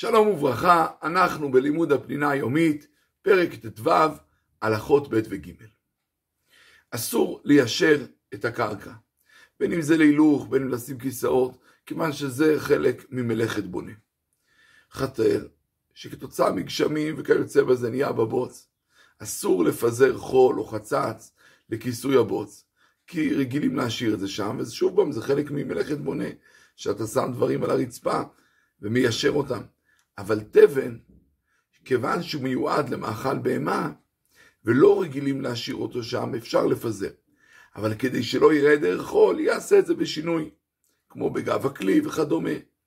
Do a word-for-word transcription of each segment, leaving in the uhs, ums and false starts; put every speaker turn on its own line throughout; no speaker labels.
שלום וברכה, אנחנו בלימוד הפנינה היומית, פרק ט"ו, הלכות ב' וג'. אסור ליישר את הקרקע, בין אם זה להילוך, בין אם לשים כיסאות, כיוון שזה חלק ממלאכת בונה. חתר, שכתוצאה מגשמים וכיוצא בזה נהיה בבוץ, אסור לפזר חול או חצץ לכיסוי הבוץ, כי רגילים להשאיר את זה שם, ושוב פעם זה חלק ממלאכת בונה, שאתה שם דברים על הרצפה ומיישר אותם. אבל תבן, כיוון שהוא מיועד למאכל בהמה, ולא רגילים להשאיר אותו שם, אפשר לפזר. אבל כדי שלא יראה דרך חול, יעשה את זה בשינוי, כמו בגב הכלי וכדומה.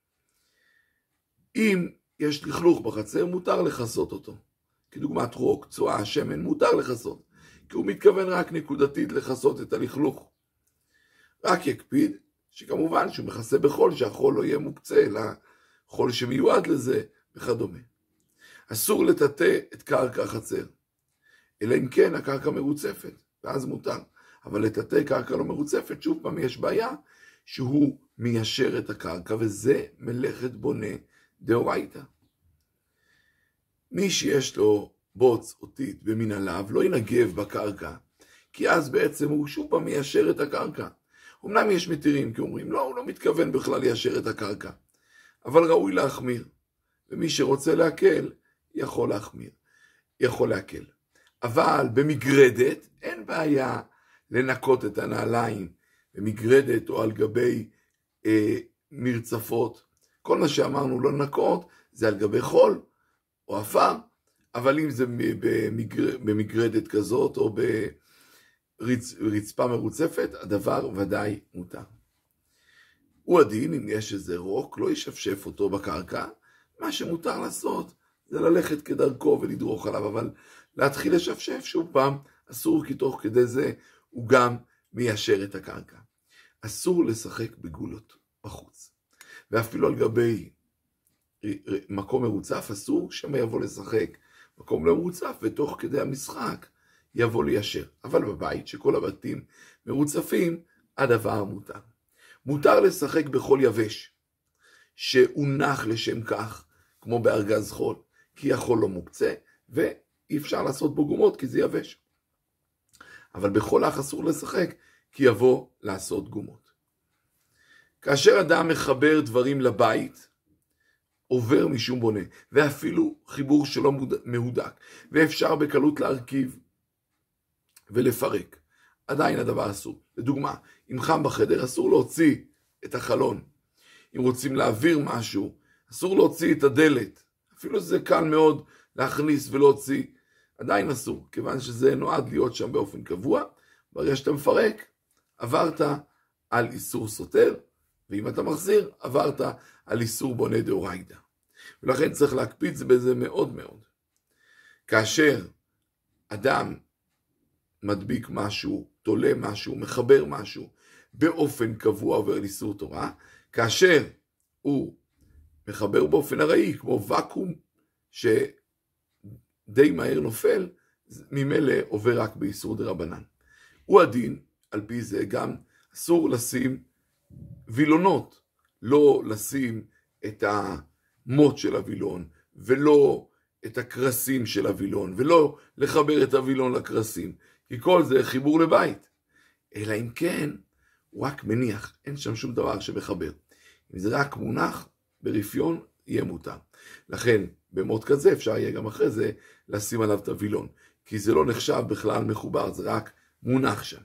אם יש לכלוך בחצר, מותר לחסות אותו. כדוגמת רוק, צואה, שמן, מותר לחסות. כי הוא מתכוון רק נקודתית לחסות את הלכלוך. רק יקפיד, שכמובן שהוא מכסה בחול, שהחול לא יהיה מוקצה, אלא חול שמיועד לזה וכדומה. אסור לטאטא את קרקע החצר, אלא אם כן הקרקע מרוצפת, ואז מותר. אבל לטאטא קרקע לא מרוצפת, שוב פעם יש בעיה שהוא מיישר את הקרקע, וזה מלאכת בונה דאורייתא. מי שיש לו בוץ או טיט במנהליו לא ינגב בקרקע, כי אז בעצם הוא שוב פעם מיישר את הקרקע. אמנם יש מתירים, כי אומרים, לא, הוא לא מתכוון בכלל ליישר את הקרקע. אבל ראוי להחמיר, ומי שרוצה להקל, יכול להחמיר, יכול להקל. אבל במגרדת אין בעיה לנקות את הנעליים, במגרדת או על גבי אה, מרצפות. כל מה שאמרנו לא לנקות, זה על גבי חול או אפר, אבל אם זה במגר, במגרדת כזאת או ברצפה מרוצפת, הדבר ודאי מותר. הוא הדין, אם יש איזה רוק, לא ישפשף אותו בקרקע, מה שמותר לעשות זה ללכת כדרכו ולדרוך עליו, אבל להתחיל לשפשף שוב פעם, אסור, כי תוך כדי זה הוא גם מיישר את הקרקע. אסור לשחק בגולות בחוץ, ואפילו על גבי מקום מרוצף, אסור שמה יבוא לשחק מקום לא מרוצף, ותוך כדי המשחק יבוא ליישר. אבל בבית, שכל הבתים מרוצפים, הדבר מותר. מותר לשחק בחול יבש, שהונח לשם כך, כמו בארגז חול, כי החול לא מוקצה, ואי אפשר לעשות בו גומות, כי זה יבש. אבל בחול אך אסור לשחק, כי יבוא לעשות גומות. כאשר אדם מחבר דברים לבית, עובר משום בונה, ואפילו חיבור שלא מהודק, ואפשר בקלות להרכיב ולפרק. עדיין הדבר אסור. לדוגמה, אם חם בחדר, אסור להוציא את החלון. אם רוצים להעביר משהו, אסור להוציא את הדלת. אפילו זה קל מאוד להכניס ולהוציא. עדיין אסור, כיוון שזה נועד להיות שם באופן קבוע. ברגע שאתה מפרק, עברת על איסור סותר, ואם אתה מחזיר, עברת על איסור בונה דאורייתא. ולכן צריך להקפיד בזה מאוד מאוד. כאשר אדם מדביק משהו, תולה משהו, מחבר משהו, באופן קבוע עובר לאיסור תורה, כאשר הוא מחבר באופן ארעי, כמו וקום, שדי מהר נופל, ממילא עובר רק באיסור דרבנן. הוא הדין, על פי זה גם אסור לשים וילונות, לא לשים את המוט של הווילון, ולא את הקרסים של הווילון, ולא לחבר את הווילון לקרסים, כי כל זה חיבור לבית. אלא אם כן, הוא רק מניח, אין שם שום דבר שמחבר. אם זה רק מונח ברפיון, יהיה מותר. לכן, במוט כזה אפשר יהיה גם אחרי זה לשים עליו את הווילון, כי זה לא נחשב בכלל מחובר, זה רק מונח שם.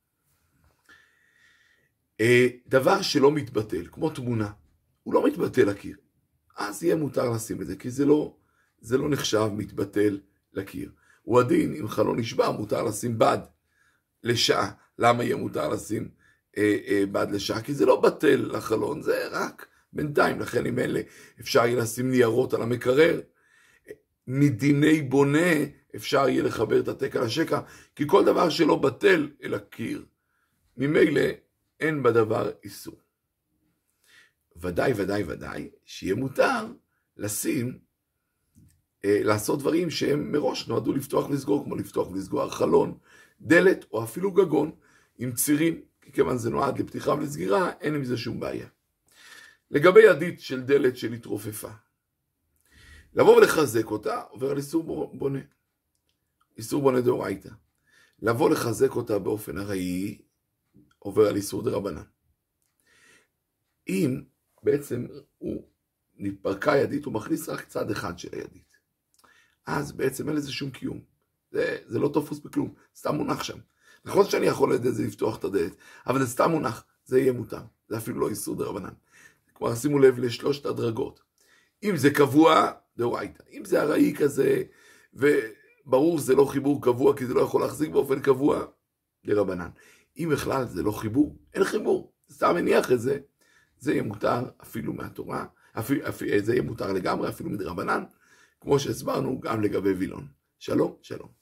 דבר שלא מתבטל, כמו תמונה, הוא לא מתבטל לקיר. אז יהיה מותר לשים את זה, כי זה לא, זה לא נחשב מתבטל לקיר. הוא הדין, אם חלון נשבר, מותר לשים בד לשעה. למה יהיה מותר לשים אה, אה, בד לשעה? כי זה לא בטל לחלון, זה רק בינתיים. לכן אם אלה אפשר יהיה לשים ניירות על המקרר. מדיני בונה אפשר יהיה לחבר את התק על השקע, כי כל דבר שלא בטל אל הקיר, ממילא אין בדבר איסור. ודאי, ודאי, ודאי, שיהיה מותר לשים, אה, לעשות דברים שהם מראש נועדו לפתוח ולסגור, כמו לפתוח ולסגור חלון, דלת או אפילו גגון עם צירים, כי כיוון זה נועד לפתיחה ולסגירה, אין עם זה שום בעיה. לגבי ידית של דלת של התרופפה, לבוא ולחזק אותה, עובר על איסור בונה. איסור בונה דאורייתא. לבוא לחזק אותה באופן ארעי, עובר על איסור דרבנן. אם בעצם הוא נתפרקה ידית, הוא מכניס רק צד אחד של הידית. אז בעצם אין לזה שום קיום. זה, זה לא תופס בכלום, סתם מונח שם. נכון שאני יכול לדעת זה לפתוח את הדלת, אבל זה סתם מונח, זה יהיה מותר. זה אפילו לא איסור דרבנן. כלומר, שימו לב לשלושת הדרגות. אם זה קבוע, דאורייתא. אם זה ארעי כזה, וברור שזה לא חיבור קבוע, כי זה לא יכול להחזיק באופן קבוע, דרבנן. אם בכלל זה לא חיבור, אין חיבור. סתם מניח את זה, זה יהיה מותר אפילו מהתורה, אפילו, אפילו, זה יהיה מותר לגמרי אפילו מדרבנן, כמו שהסברנו גם לגבי וילון. שלום, שלום.